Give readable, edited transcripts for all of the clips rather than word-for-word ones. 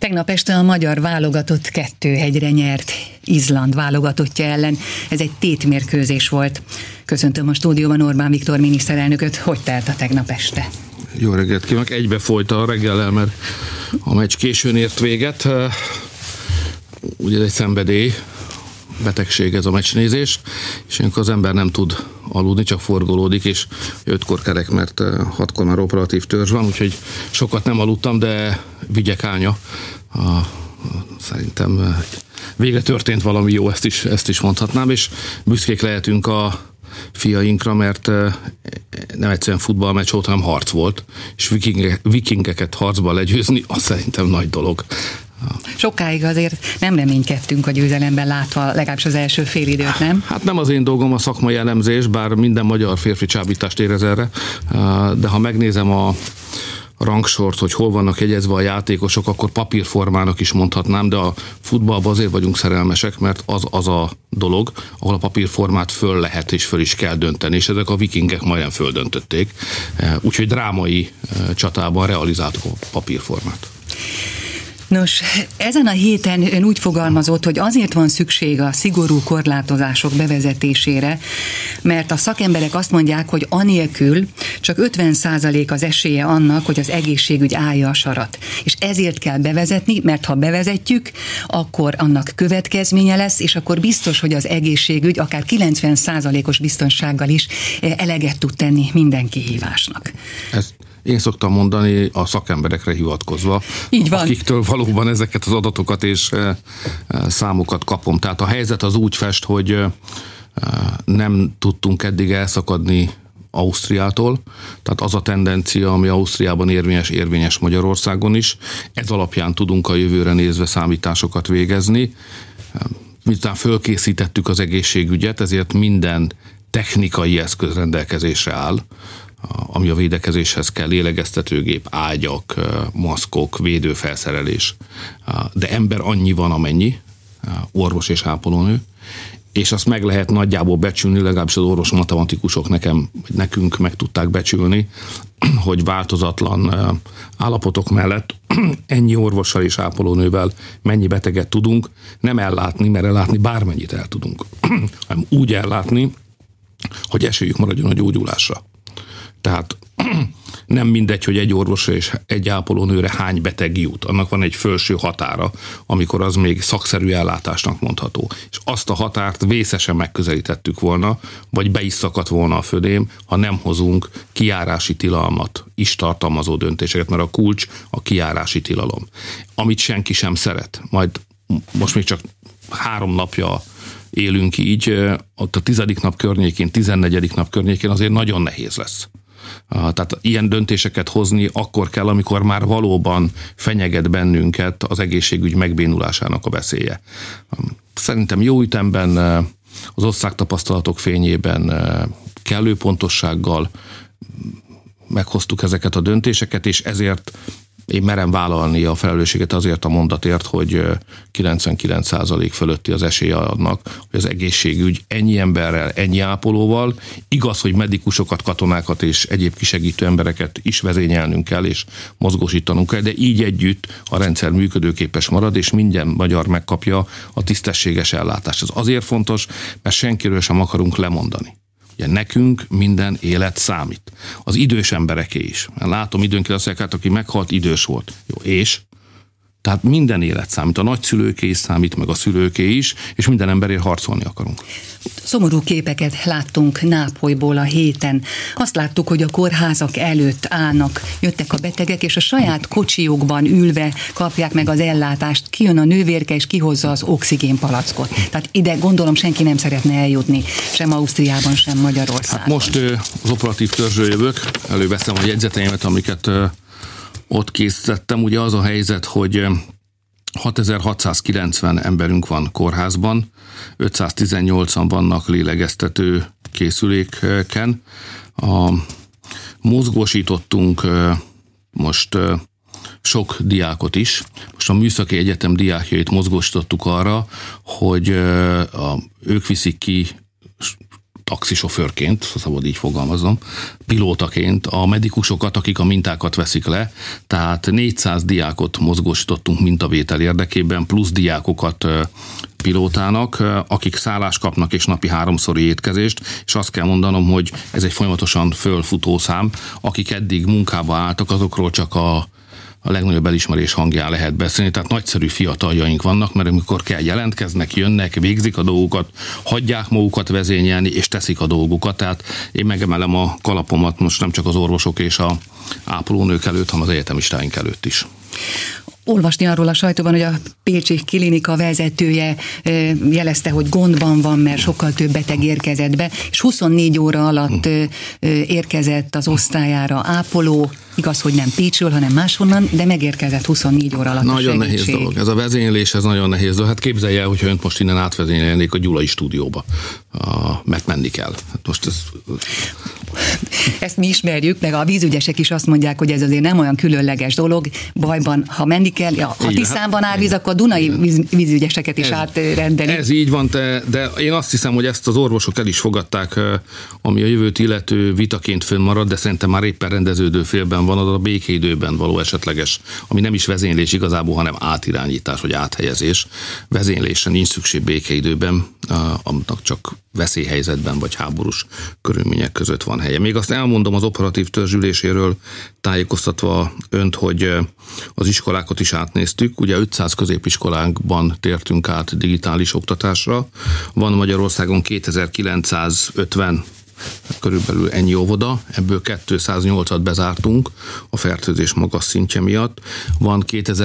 Tegnap este a magyar válogatott 2-1-re nyert Izland válogatottja ellen. Ez egy tétmérkőzés volt. Köszöntöm a stúdióban Orbán Viktor miniszterelnököt. Hogy telt a tegnap este? Jó reggelt kívánok! Egybe folyt a reggellel, mert a meccs későn ért véget. Ugye ez egy szenvedély, betegség ez a meccsnézés, és amikor az ember nem tud aludni, csak forgolódik, és 5-kor kerek, mert 6-kor már operatív törzs van, úgyhogy sokat nem aludtam, de vigyek ánya. Szerintem végre történt valami jó, ezt is mondhatnám, és büszkék lehetünk a fiainkra, mert nem egyszerűen futballmeccs volt, hanem harc volt, és vikingeket harcba legyőzni, az szerintem nagy dolog. Sokáig azért nem reménykedtünk a győzelemben, látva legalábbis az első félidőt, nem? Hát nem az én dolgom a szakmai elemzés, bár minden magyar férfi csábítást érez erre, de ha megnézem a rangsort, hogy hol vannak jegyezve a játékosok, akkor papírformának is mondhatnám, de a futballban azért vagyunk szerelmesek, mert az a dolog, ahol a papírformát föl lehet és föl is kell dönteni, és ezek a vikingek majdnem földöntötték. Úgyhogy drámai csatában realizáltuk a papírformát. Nos, ezen a héten ön úgy fogalmazott, hogy azért van szükség a szigorú korlátozások bevezetésére, mert a szakemberek azt mondják, hogy anélkül csak 50% az esélye annak, hogy az egészségügy állja a sarat. És ezért kell bevezetni, mert ha bevezetjük, akkor annak következménye lesz, és akkor biztos, hogy az egészségügy akár 90%-os biztonsággal is eleget tud tenni minden kihívásnak. Én szoktam mondani a szakemberekre hivatkozva, akiktől valóban ezeket az adatokat és számokat kapom. Tehát a helyzet az úgy fest, hogy nem tudtunk eddig elszakadni Ausztriától, tehát az a tendencia, ami Ausztriában érvényes Magyarországon is. Ez alapján tudunk a jövőre nézve számításokat végezni. Miután fölkészítettük az egészségügyet, ezért minden technikai eszköz rendelkezésre áll, ami a védekezéshez kell, lélegeztetőgép, ágyak, maszkok, védőfelszerelés. De ember annyi van, amennyi, orvos és ápolónő, és azt meg lehet nagyjából becsülni, legalábbis az orvos matematikusok nekünk meg tudták becsülni, hogy változatlan állapotok mellett ennyi orvossal és ápolónővel mennyi beteget tudunk nem ellátni, mert ellátni bármennyit el tudunk, hanem úgy ellátni, hogy esélyük maradjon a gyógyulásra. Tehát nem mindegy, hogy egy orvosra és egy ápolónőre hány beteg jut. Annak van egy felső határa, amikor az még szakszerű ellátásnak mondható. És azt a határt vészesen megközelítettük volna, vagy be is szakadt volna a födém, ha nem hozunk kijárási tilalmat is tartalmazó döntéseket, mert a kulcs a kijárási tilalom. Amit senki sem szeret. Majd most még csak 3 napja élünk így, ott a 10. nap környékén, 14. nap környékén azért nagyon nehéz lesz. Tehát ilyen döntéseket hozni akkor kell, amikor már valóban fenyeget bennünket az egészségügy megbénulásának a veszélye. Szerintem jó ütemben, az országtapasztalatok fényében kellő pontossággal meghoztuk ezeket a döntéseket, és ezért én merem vállalni a felelősséget azért a mondatért, hogy 99% fölötti az esélye annak, hogy az egészségügy ennyi emberrel, ennyi ápolóval, igaz, hogy medikusokat, katonákat és egyéb kisegítő embereket is vezényelnünk kell, és mozgósítanunk kell, de így együtt a rendszer működőképes marad, és minden magyar megkapja a tisztességes ellátást. Ez azért fontos, mert senkiről sem akarunk lemondani. Ugye nekünk minden élet számít. Az idős embereké is. Látom időnként azt mondják, aki meghalt, idős volt. Jó, és? Tehát minden élet számít. A nagyszülőké is számít, meg a szülőké is, és minden emberért harcolni akarunk. Szomorú képeket láttunk Nápolyból a héten. Azt láttuk, hogy a kórházak előtt állnak, jöttek a betegek, és a saját kocsiukban ülve kapják meg az ellátást. Kijön a nővérke, és kihozza az oxigénpalackot. Tehát ide gondolom senki nem szeretne eljutni, sem Ausztriában, sem Magyarországon. Hát most az operatív törzsről jövök, előveszem a jegyzeteimet, amiket ott készítettem. Ugye az a helyzet, hogy 6690 emberünk van kórházban, 518-an vannak lélegeztető készüléken. Mozgósítottunk most sok diákot is. Most a Műszaki Egyetem diákjait mozgósítottuk arra, hogy ők viszik ki taxisofőrként, szabad így fogalmazom, pilótaként a medikusokat, akik a mintákat veszik le, tehát 400 diákot mozgósítottunk mintavétel érdekében, plusz diákokat pilótának, akik szállást kapnak és napi 3-szori étkezést, és azt kell mondanom, hogy ez egy folyamatosan fölfutó szám, akik eddig munkába álltak, azokról csak a legnagyobb elismerés hangján lehet beszélni, tehát nagyszerű fiataljaink vannak, mert amikor kell jelentkeznek, jönnek, végzik a dolgokat, hagyják magukat vezényelni, és teszik a dolgokat, tehát én megemelem a kalapomat most nem csak az orvosok és a ápolónők előtt, hanem az egyetemistáink előtt is. Olvasni arról a sajtóban, hogy a pécsi klinika vezetője jelezte, hogy gondban van, mert sokkal több beteg érkezett be, és 24 óra alatt érkezett az osztályára ápoló, igaz, hogy nem Pécsről, hanem máshonnan, de megérkezett 24 óra alatt. Nagyon nehéz dolog. Ez a vezénylés, ez nagyon nehéz dolog. Hát képzelje el, hogyha önt most innen átvezényelnék a Gyulai stúdióba, mert menni kell. Hát most ezt mi ismerjük, meg a vízügyesek is azt mondják, hogy ez azért nem olyan különleges dolog. Bajban, ha menni kell, ha Tiszánban árvíz, akkor a Dunai vízügyeseket is átrendeli. Ez így van, de én azt hiszem, hogy ezt az orvosok el is fogadták, ami a jövőt illető vitaként fönnmarad, de szerintem már éppen rendeződő félben van, az a békeidőben való esetleges, ami nem is vezénylés igazából, hanem átirányítás vagy áthelyezés. Vezénylésre nincs szükség békeidőben, annak csak veszélyhelyzetben vagy háborús körülmények között van helye. Még azt elmondom az operatív törzsüléséről tájékoztatva önt, hogy az iskolákat is átnéztük. Ugye 500 középiskolánkban tértünk át digitális oktatásra. Van Magyarországon 2950 körülbelül ennyi óvoda, ebből 208-at bezártunk a fertőzés magas szintje miatt. Van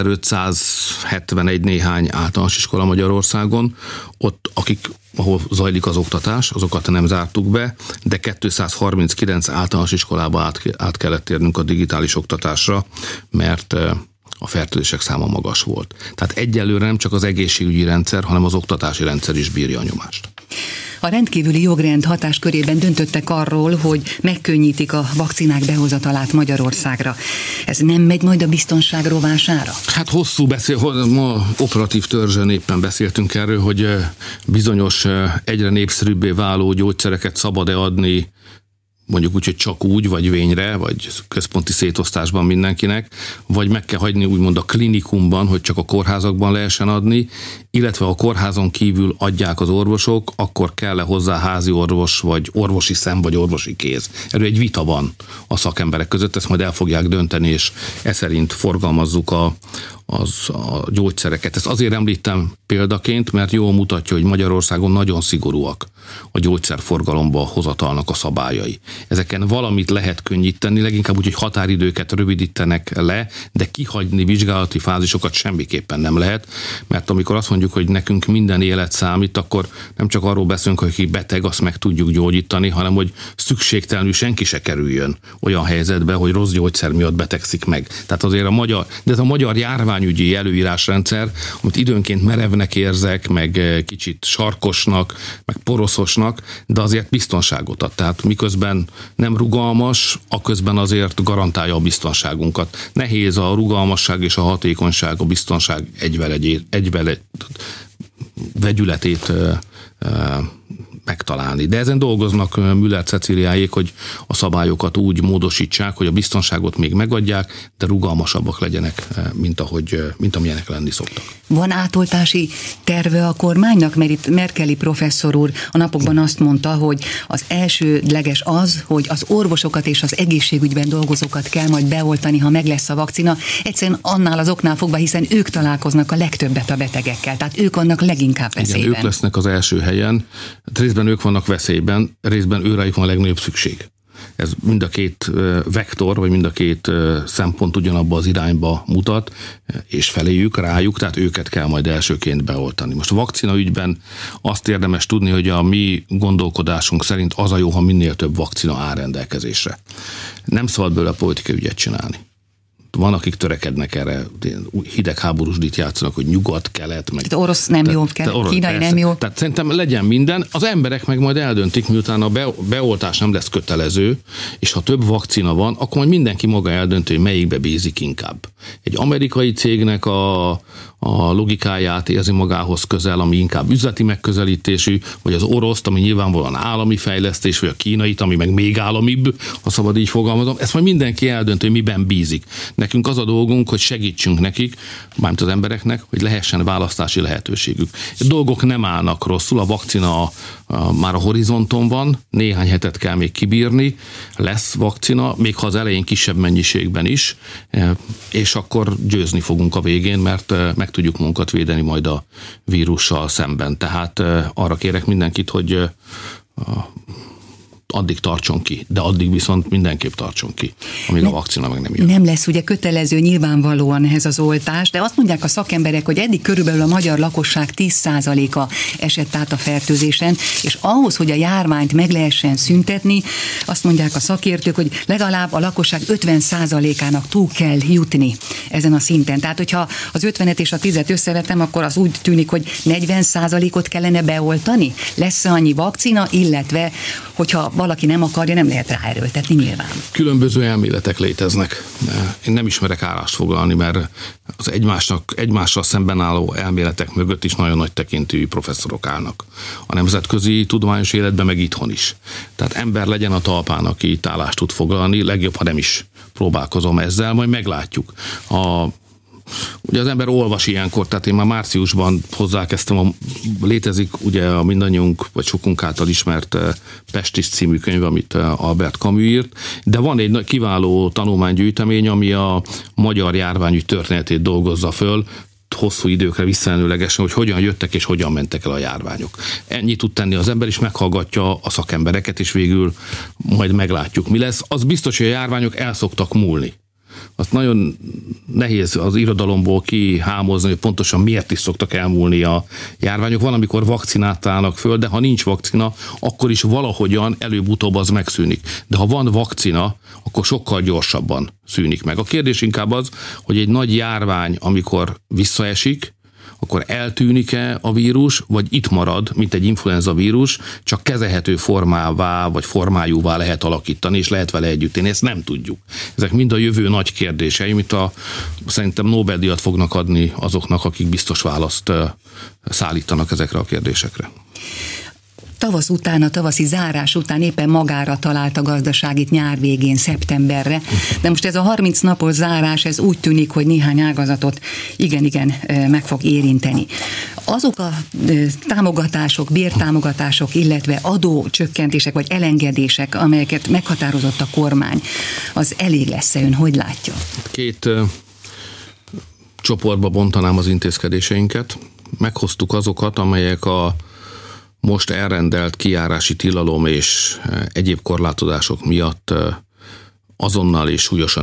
2571 néhány általános iskola Magyarországon, ott ahol zajlik az oktatás, azokat nem zártuk be, de 239 általános iskolába át kellett térnünk a digitális oktatásra, mert a fertőzések száma magas volt. Tehát egyelőre nem csak az egészségügyi rendszer, hanem az oktatási rendszer is bírja a nyomást. A rendkívüli jogrend hatáskörében döntöttek arról, hogy megkönnyítik a vakcinák behozatalát Magyarországra. Ez nem megy majd a biztonság rovására? Hát hosszú ma operatív törzsen éppen beszéltünk erről, hogy bizonyos egyre népszerűbbé váló gyógyszereket szabad-e adni, mondjuk úgy, hogy csak úgy, vagy vényre, vagy központi szétosztásban mindenkinek, vagy meg kell hagyni úgymond a klinikumban, hogy csak a kórházakban lehessen adni, illetve a kórházon kívül adják az orvosok, akkor kell-e hozzá házi orvos, vagy orvosi szem, vagy orvosi kéz. Erről egy vita van a szakemberek között, ezt majd el fogják dönteni, és e szerint forgalmazzuk a gyógyszereket. Ezt azért említem példaként, mert jól mutatja, hogy Magyarországon nagyon szigorúak a gyógyszerforgalomba hozatalnak a szabályai. Ezeken valamit lehet könnyíteni, leginkább úgy, hogy határidőket rövidítenek le, de kihagyni vizsgálati fázisokat semmiképpen nem lehet, mert amikor azt mondjuk, hogy nekünk minden élet számít, akkor nem csak arról beszélünk, hogy ki beteg, azt meg tudjuk gyógyítani, hanem hogy szükségtelenül senki se kerüljön olyan helyzetbe, hogy rossz gyógyszer miatt betegszik meg. Tehát azért ez a magyar járványügyi előírásrendszer, amit időnként merevnek érzek, meg kicsit sarkosnak, meg poroszosnak, de azért biztonságot ad. Tehát miközben nem rugalmas, aközben azért garantálja a biztonságunkat. Nehéz a rugalmasság és a hatékonyság, a biztonság vegyületét megtalálni. De ezen dolgoznak Müller Cecíliáék, hogy a szabályokat úgy módosítsák, hogy a biztonságot még megadják, de rugalmasabbak legyenek, mint amilyenek lenni szoktak. Van átoltási terve a kormánynak? Mert itt Merkeli professzor úr a napokban azt mondta, hogy az elsődleges az, hogy az orvosokat és az egészségügyben dolgozókat kell majd beoltani, ha meg lesz a vakcina. Egyszerűen annál az oknál fogva, hiszen ők találkoznak a legtöbbet a betegekkel, tehát ők vannak leginkább veszélyben. Igen, ők lesznek az első helyen. Részben ők vannak veszélyben, részben őrájuk van a legnagyobb szükség. Ez mind a két vektor, vagy mind a két szempont ugyanabba az irányba mutat, és feléjük, rájuk, tehát őket kell majd elsőként beoltani. Most a vakcina ügyben azt érdemes tudni, hogy a mi gondolkodásunk szerint az a jó, ha minél több vakcina áll rendelkezésre. Nem szabad belőle politikai ügyet csinálni. van, akik törekednek erre, hidegháborúsdit játszanak, hogy nyugat, kelet, meg... Tehát orosz nem jó, kínai nem jó. Tehát szerintem legyen minden, az emberek meg majd eldöntik, miután a beoltás nem lesz kötelező, és ha több vakcina van, akkor majd mindenki maga eldönti, hogy melyikbe bízik inkább. Egy amerikai cégnek a logikáját érzi magához közel, ami inkább üzleti megközelítésű, vagy az oroszt, ami nyilvánvalóan állami fejlesztés, vagy a kínait, ami meg még államibb, ha szabad így fogalmazom. Ezt majd mindenki eldönti, hogy miben bízik. Nekünk az a dolgunk, hogy segítsünk nekik, mármint az embereknek, hogy lehessen választási lehetőségük. A dolgok nem állnak rosszul, a vakcina már a horizonton van, néhány hetet kell még kibírni, lesz vakcina, még ha az elején kisebb mennyiségben is, és akkor győzni fogunk a végén, mert meg tudjuk magunkat védeni majd a vírussal szemben. Tehát arra kérek mindenkit, hogy addig tartson ki, de addig viszont mindenképp tartson ki, amíg a vakcina meg nem jön. Nem lesz ugye kötelező nyilvánvalóan ez az oltás, de azt mondják a szakemberek, hogy eddig körülbelül a magyar lakosság 10%-a esett át a fertőzésen, és ahhoz, hogy a járványt meg lehessen szüntetni, azt mondják a szakértők, hogy legalább a lakosság 50%-ának túl kell jutni ezen a szinten. Tehát, hogyha az 50-et és a 10-et összevetem, akkor az úgy tűnik, hogy 40%-ot kellene beoltani? Lesz-e annyi vakcina, illetve hogyha valaki nem akarja, nem lehet ráerőltetni nyilván. Különböző elméletek léteznek. Én nem ismerek állást foglalni, mert az egymással szemben álló elméletek mögött is nagyon nagy tekintélű professzorok állnak. A nemzetközi tudományos életben meg itthon is. Tehát ember legyen a talpán, aki itt állást tud foglalni, legjobb, ha nem is próbálkozom ezzel, majd meglátjuk. Ugye az ember olvas ilyenkor, tehát én már márciusban hozzákezdtem, létezik ugye a mindannyiunk, vagy sokunk által ismert Pestis című könyv, amit Albert Camus írt, de van egy kiváló tanulmánygyűjtemény, ami a magyar járványügy történetét dolgozza föl, hosszú időkre visszajelzőlegesen, hogy hogyan jöttek és hogyan mentek el a járványok. Ennyit tud tenni az ember, és meghallgatja a szakembereket, és végül majd meglátjuk, mi lesz. Az biztos, hogy a járványok el szoktak múlni. Azt nagyon nehéz az irodalomból kihámozni, hogy pontosan miért is szoktak elmúlni a járványok. Van, amikor vakcinát találnak föl, de ha nincs vakcina, akkor is valahogyan előbb-utóbb az megszűnik. De ha van vakcina, akkor sokkal gyorsabban szűnik meg. A kérdés inkább az, hogy egy nagy járvány, amikor visszaesik, akkor eltűnik-e a vírus, vagy itt marad, mint egy influenza vírus, csak kezelhető formává, vagy formájúvá lehet alakítani, és lehet vele együtt élni. Ezt nem tudjuk. Ezek mind a jövő nagy kérdései, amit szerintem Nobel-díjat fognak adni azoknak, akik biztos választ szállítanak ezekre a kérdésekre. Tavasz után, a tavaszi zárás után éppen magára talált a gazdaság itt nyár végén, szeptemberre. De most ez a 30 napos zárás, ez úgy tűnik, hogy néhány ágazatot igen meg fog érinteni. Azok a támogatások, bértámogatások, illetve adócsökkentések vagy elengedések, amelyeket meghatározott a kormány, az elég lesz-e, ön hogy látja? Két csoportba bontanám az intézkedéseinket. Meghoztuk azokat, amelyek a most elrendelt kijárási tilalom és egyéb korlátozások miatt azonnal és súlyosan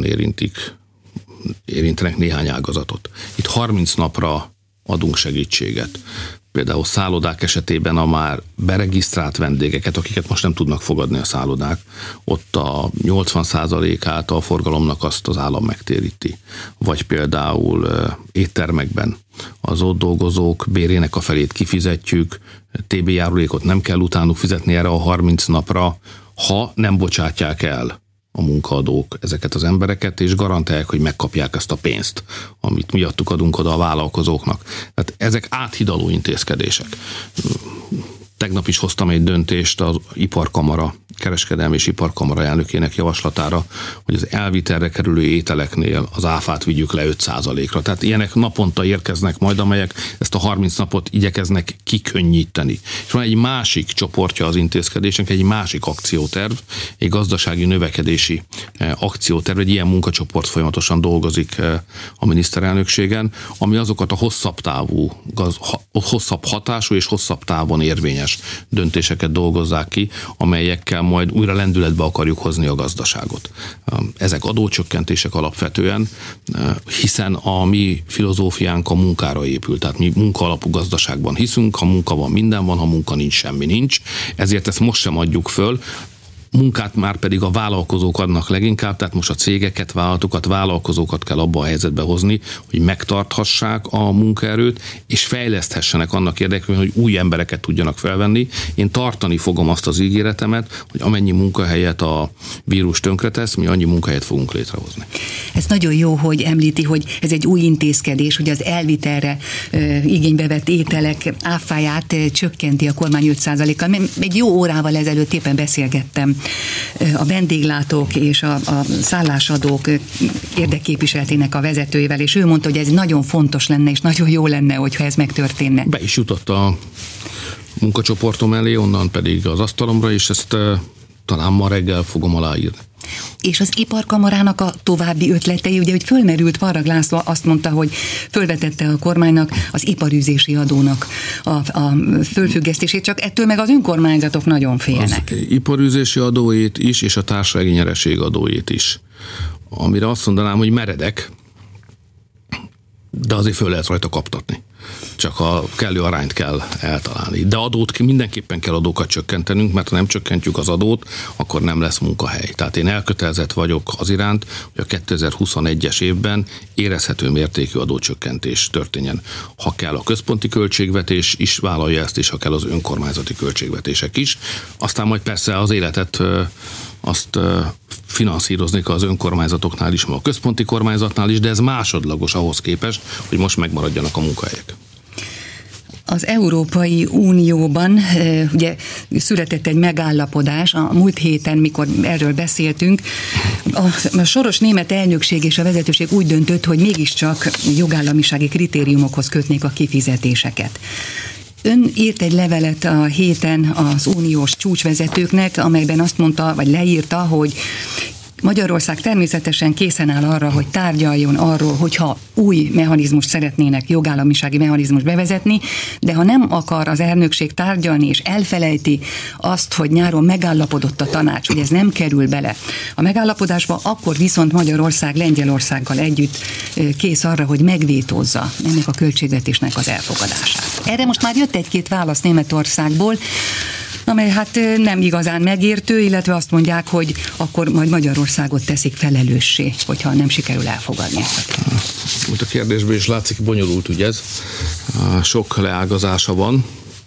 érintenek néhány ágazatot. Itt 30 napra adunk segítséget. Például szállodák esetében a már beregisztrált vendégeket, akiket most nem tudnak fogadni a szállodák, ott a 80%-át a forgalomnak azt az állam megtéríti. Vagy például éttermekben az ott dolgozók bérének a felét kifizetjük, TB járulékot nem kell utánuk fizetni erre a 30 napra, ha nem bocsátják el a munkaadók ezeket az embereket, és garantálják, hogy megkapják ezt a pénzt, amit miattuk adunk oda a vállalkozóknak. Tehát ezek áthidaló intézkedések. Tegnap is hoztam egy döntést az Iparkamara, Kereskedelmi és Iparkamara elnökének javaslatára, hogy az elvitelre kerülő ételeknél az áfát vigyük le 5%-ra. Tehát ilyenek naponta érkeznek majd, amelyek ezt a 30 napot igyekeznek kikönnyíteni. És van egy másik csoportja az intézkedésnek, egy másik akcióterv, egy gazdasági növekedési akcióterv, egy ilyen munkacsoport folyamatosan dolgozik a miniszterelnökségen, ami azokat a hosszabb hatású és hosszabb távon érvényes döntéseket dolgozzák ki, amelyekkel majd újra lendületbe akarjuk hozni a gazdaságot. Ezek adócsökkentések alapvetően, hiszen a mi filozófiánk a munkára épül, tehát mi munkaalapú gazdaságban hiszünk, ha munka van, minden van, ha munka nincs, semmi nincs, ezért ezt most sem adjuk föl. munkát már pedig a vállalkozók adnak leginkább, tehát most a cégeket, vállalatokat, vállalkozókat kell abba a helyzetbe hozni, hogy megtarthassák a munkaerőt, és fejleszthessenek annak érdekében, hogy új embereket tudjanak felvenni. Én tartani fogom azt az ígéretemet, hogy amennyi munkahelyet a vírus tönkretesz, mi annyi munkahelyet fogunk létrehozni. Ez nagyon jó, hogy említi, hogy ez egy új intézkedés, hogy az elvitelre igénybe vett ételek áfáját csökkenti a kormány 5%-kal. Egy jó órával ezelőtt éppen beszélgettem a vendéglátók és a szállásadók érdekképviseletének a vezetőivel, és ő mondta, hogy ez nagyon fontos lenne, és nagyon jó lenne, hogyha ez megtörténne. Be is jutott a munkacsoportom elé, onnan pedig az asztalomra, és ezt talán ma reggel fogom aláírni. És az iparkamarának a további ötletei, ugye, hogy fölmerült, Varrag László azt mondta, hogy fölvetette a kormánynak az iparűzési adónak a fölfüggesztését, csak ettől meg az önkormányzatok nagyon félnek. Az iparűzési adóét is, és a társasági nyereség adóét is. Amire azt mondanám, hogy meredek, de azért föl lehet rajta kaptatni. Csak a kellő arányt kell eltalálni. De mindenképpen kell adókat csökkentenünk, mert ha nem csökkentjük az adót, akkor nem lesz munkahely. Tehát én elkötelezett vagyok az iránt, hogy a 2021-es évben érezhető mértékű adócsökkentés történjen. Ha kell, a központi költségvetés is vállalja ezt, és ha kell, az önkormányzati költségvetések is. Aztán majd persze az életet azt finanszírozni az önkormányzatoknál is, a központi kormányzatnál is, de ez másodlagos ahhoz képest, hogy most megmaradjanak a munkahelyek. Az Európai Unióban ugye született egy megállapodás a múlt héten, mikor erről beszéltünk. A soros német elnökség és a vezetőség úgy döntött, hogy mégiscsak jogállamisági kritériumokhoz kötnék a kifizetéseket. Ön írt egy levelet a héten az uniós csúcsvezetőknek, amelyben azt mondta, vagy leírta, hogy Magyarország természetesen készen áll arra, hogy tárgyaljon arról, hogyha új mechanizmust szeretnének, jogállamisági mechanizmust bevezetni, de ha nem akar az elnökség tárgyalni, és elfelejti azt, hogy nyáron megállapodott a tanács, hogy ez nem kerül bele a megállapodásba, akkor viszont Magyarország Lengyelországgal együtt kész arra, hogy megvétózza ennek a költségvetésnek az elfogadását. Erre most már jött egy-két válasz Németországból, amely hát nem igazán megértő, illetve azt mondják, hogy akkor majd Magyarországot teszik felelőssé, hogyha nem sikerül elfogadni ezt. A kérdésből is látszik, bonyolult ügy ez. Sok leágazása van.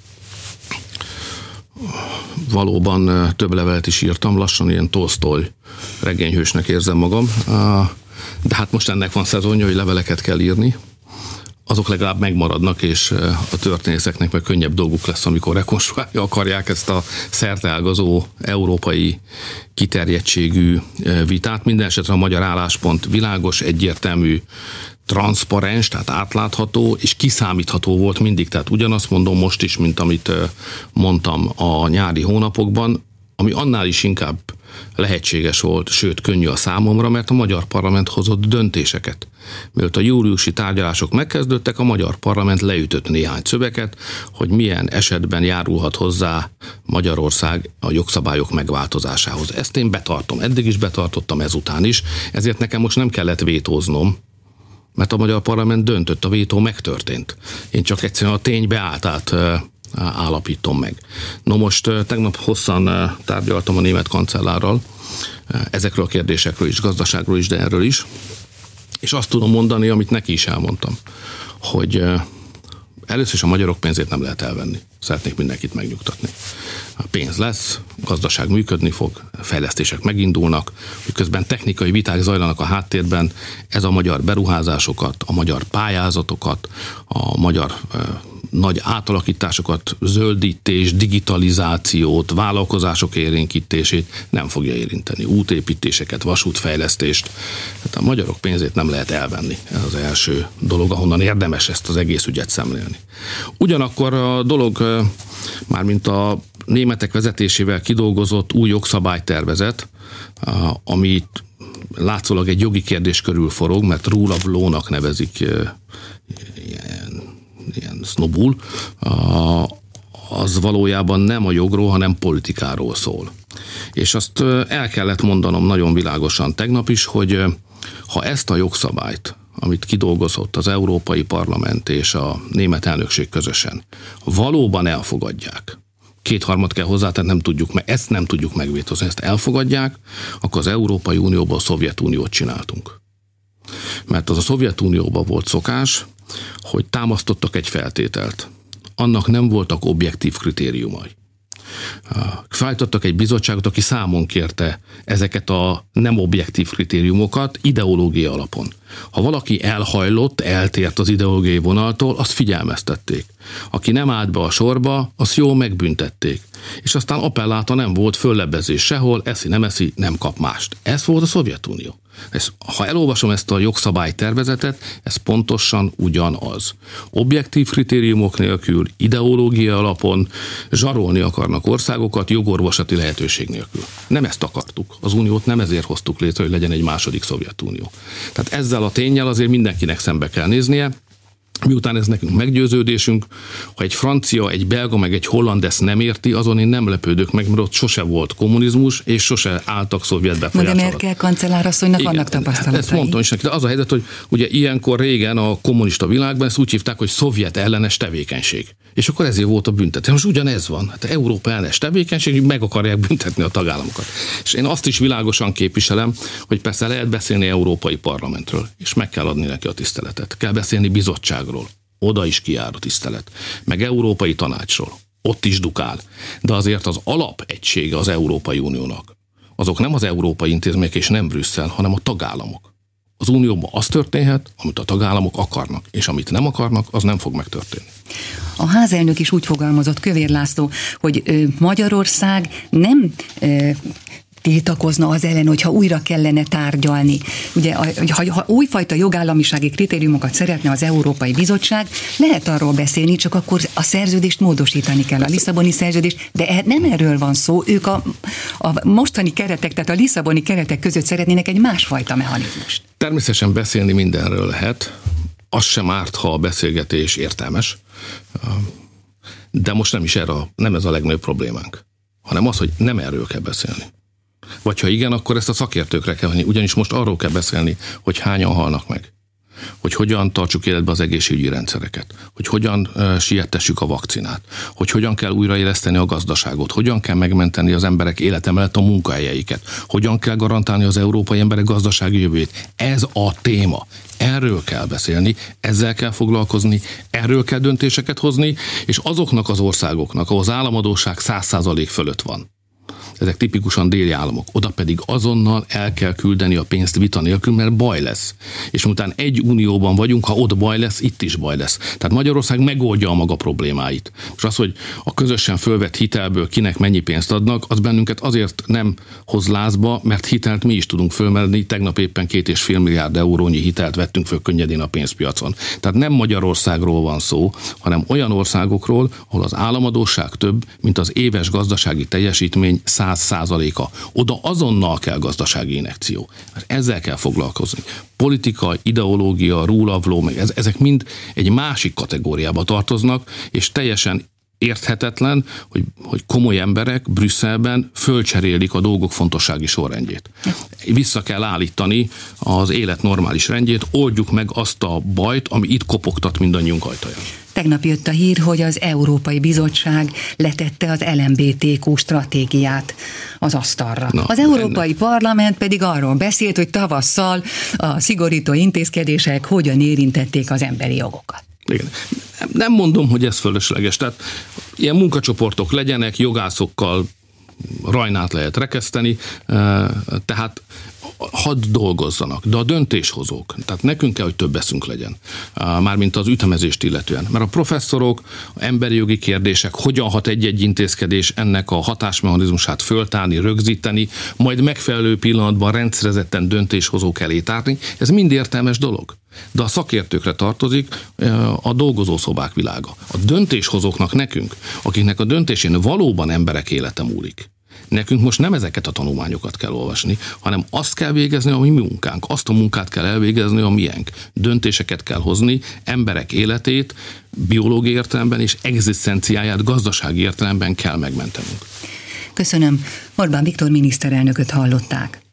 Valóban több levelet is írtam, lassan ilyen Tolsztoj regényhősnek érzem magam, de hát most ennek van szezonja, hogy leveleket kell írni. Azok legalább megmaradnak, és a történészeknek meg könnyebb dolguk lesz, amikor rekonstruálni akarják ezt a szerteágazó európai kiterjedtségű vitát. Minden esetre a magyar álláspont világos, egyértelmű, transzparens, tehát átlátható és kiszámítható volt mindig. Tehát ugyanazt mondom most is, mint amit mondtam a nyári hónapokban, ami annál is inkább lehetséges volt, sőt könnyű a számomra, mert a magyar parlament hozott döntéseket. Mielőtt a júliusi tárgyalások megkezdődtek, a magyar parlament leütött néhány szöveget, hogy milyen esetben járulhat hozzá Magyarország a jogszabályok megváltozásához. Ezt én betartom, eddig is betartottam, ezután is, ezért nekem most nem kellett vétóznom, mert a magyar parlament döntött, a vétó megtörtént. Én csak egyszerűen a tény beálltát állapítom meg. No most tegnap hosszan tárgyaltam a német kancellárral ezekről a kérdésekről is, gazdaságról is, de erről is, és azt tudom mondani, amit neki is elmondtam, hogy először is a magyarok pénzét nem lehet elvenni. Szeretnék mindenkit megnyugtatni. A pénz lesz, a gazdaság működni fog, fejlesztések megindulnak, hogy közben technikai viták zajlanak a háttérben, ez a magyar beruházásokat, a magyar pályázatokat, a magyar nagy átalakításokat, zöldítés, digitalizációt, vállalkozások élénkítését nem fogja érinteni. Útépítéseket, vasútfejlesztést. Hát a magyarok pénzét nem lehet elvenni. Ez az első dolog, ahonnan érdemes ezt az egész ügyet szemlélni. Ugyanakkor a dolog, mármint a németek vezetésével kidolgozott új jogszabálytervezet, amit látszólag egy jogi kérdés körül forog, mert rule of law-nak nevezik ilyen sznobul, az valójában nem a jogról, hanem politikáról szól. És azt el kellett mondanom nagyon világosan tegnap is, hogy ha ezt a jogszabályt, amit kidolgozott az Európai Parlament és a német elnökség közösen, valóban elfogadják kétharmad kell hozzá, tehát ezt nem tudjuk megvétozni. Ezt elfogadják, akkor az Európai Unióban a Szovjetuniót csináltunk. Mert az a Szovjetunióban volt szokás, hogy támasztottak egy feltételt. Annak nem voltak objektív kritériumai. Felállítottak egy bizottságot, aki számon kérte ezeket a nem objektív kritériumokat ideológia alapon. Ha valaki elhajlott, eltért az ideológiai vonaltól, azt figyelmeztették. Aki nem állt be a sorba, azt jól megbüntették. És aztán appelláta nem volt, föllebbezés sehol, eszi, nem kap mást. Ez volt a Szovjetunió. Ha elolvasom ezt a jogszabálytervezetet, ez pontosan ugyanaz. Objektív kritériumok nélkül, ideológia alapon zsarolni akarnak országokat jogorvosati lehetőség nélkül. Nem ezt akartuk. Az uniót nem ezért hoztuk létre, hogy legyen egy második Szovjetunió. Tehát ezzel a ténnyel azért mindenkinek szembe kell néznie. Miután ez nekünk meggyőződésünk, ha egy francia, egy belga, meg egy holland ezt nem érti, azon én nem lepődök meg, mert ott sose volt kommunizmus, és sose álltak szovjet befolyás alatt. De Merkel kancellárasszonynak vannak tapasztalatai. Ezt mondtam is neki, de az a helyzet, hogy ugye ilyenkor régen a kommunista világban ezt úgy hívták, hogy szovjet ellenes tevékenység. És akkor ezért volt a büntetés. Most ugyanez van. Hát Európa ellenes tevékenység, meg akarják büntetni a tagállamokat. És én azt is világosan képviselem, hogy persze lehet beszélni Európai Parlamentről, és meg kell adni neki a tiszteletet. Kell beszélni bizottságról, oda is kijár a tisztelet. Meg Európai Tanácsról, ott is dukál. De azért az alapegysége az Európai Uniónak. Azok nem az európai intézmények és nem Brüsszel, hanem a tagállamok. Az unióban az történhet, amit a tagállamok akarnak, és amit nem akarnak, az nem fog megtörténni. A házelnök is úgy fogalmazott, Kövér László, hogy Magyarország nem tiltakozna az ellen, hogyha újra kellene tárgyalni. Ugye, ha újfajta jogállamisági kritériumokat szeretne az Európai Bizottság, lehet arról beszélni, csak akkor a szerződést módosítani kell, a Lisszaboni szerződést, de nem erről van szó, ők a mostani keretek, tehát a lisszaboni keretek között szeretnének egy másfajta mechanizmust. Természetesen beszélni mindenről lehet, az sem árt, ha a beszélgetés értelmes, de most nem ez a legnagyobb problémánk, hanem az, hogy nem erről kell beszélni. Vagy ha igen, akkor ezt a szakértőkre kell venni, ugyanis most arról kell beszélni, hogy hányan halnak meg, hogy hogyan tartsuk életbe az egészségügyi rendszereket, hogy hogyan siettessük a vakcinát, hogy hogyan kell újraéleszteni a gazdaságot, hogyan kell megmenteni az emberek élete mellett a munkahelyeiket, hogyan kell garantálni az európai emberek gazdasági jövőjét. Ez a téma. Erről kell beszélni, ezzel kell foglalkozni, erről kell döntéseket hozni, és azoknak az országoknak, ahol az államadósság 100% fölött van, ezek tipikusan déli államok, oda pedig azonnal el kell küldeni a pénzt vita nélkül, mert baj lesz. És miután egy unióban vagyunk, ha ott baj lesz, itt is baj lesz. Tehát Magyarország megoldja a maga problémáit. És az, hogy a közösen fölvett hitelből kinek mennyi pénzt adnak, az bennünket azért nem hoz lázba, mert hitelt mi is tudunk fölmenni. Tegnap éppen 2,5 milliárd eurónyi hitelt vettünk föl könnyedén a pénzpiacon. Tehát nem Magyarországról van szó, hanem olyan országokról, ahol az államadósság több, mint az éves gazdasági teljesítmény 100%-a. Oda azonnal kell gazdasági injekció. Ezzel kell foglalkozni. Politika, ideológia, rule of law, ezek mind egy másik kategóriába tartoznak, és teljesen érthetetlen, hogy komoly emberek Brüsszelben fölcserélik a dolgok fontossági sorrendjét. Vissza kell állítani az élet normális rendjét, oldjuk meg azt a bajt, ami itt kopogtat mindannyiunk ajtaján. Tegnap jött a hír, hogy az Európai Bizottság letette az LMBTQ stratégiát az asztalra. Az Európai Parlament pedig arról beszélt, hogy tavasszal a szigorító intézkedések hogyan érintették az emberi jogokat. Igen. Nem mondom, hogy ez fölösleges. Tehát ilyen munkacsoportok legyenek, jogászokkal rajnát lehet rekeszteni, tehát hadd dolgozzanak, de a döntéshozók, tehát nekünk kell, hogy több eszünk legyen, mármint az ütemezést illetően. Mert a professzorok, a emberi jogi kérdések, hogyan hat egy-egy intézkedés ennek a hatásmechanizmusát föltárni, rögzíteni, majd megfelelő pillanatban rendszerezetten döntéshozók elé tárni, ez mind értelmes dolog. De a szakértőkre tartozik a dolgozószobák világa. A döntéshozóknak nekünk, akiknek a döntésén valóban emberek élete múlik, nekünk most nem ezeket a tanulmányokat kell olvasni, hanem azt kell végezni, ami mi munkánk. Azt a munkát kell elvégezni, a miénk. Döntéseket kell hozni, emberek életét biológiai értelemben és egzisztenciáját gazdasági értelemben kell megmentenünk. Köszönöm. Orbán Viktor miniszterelnököt hallották.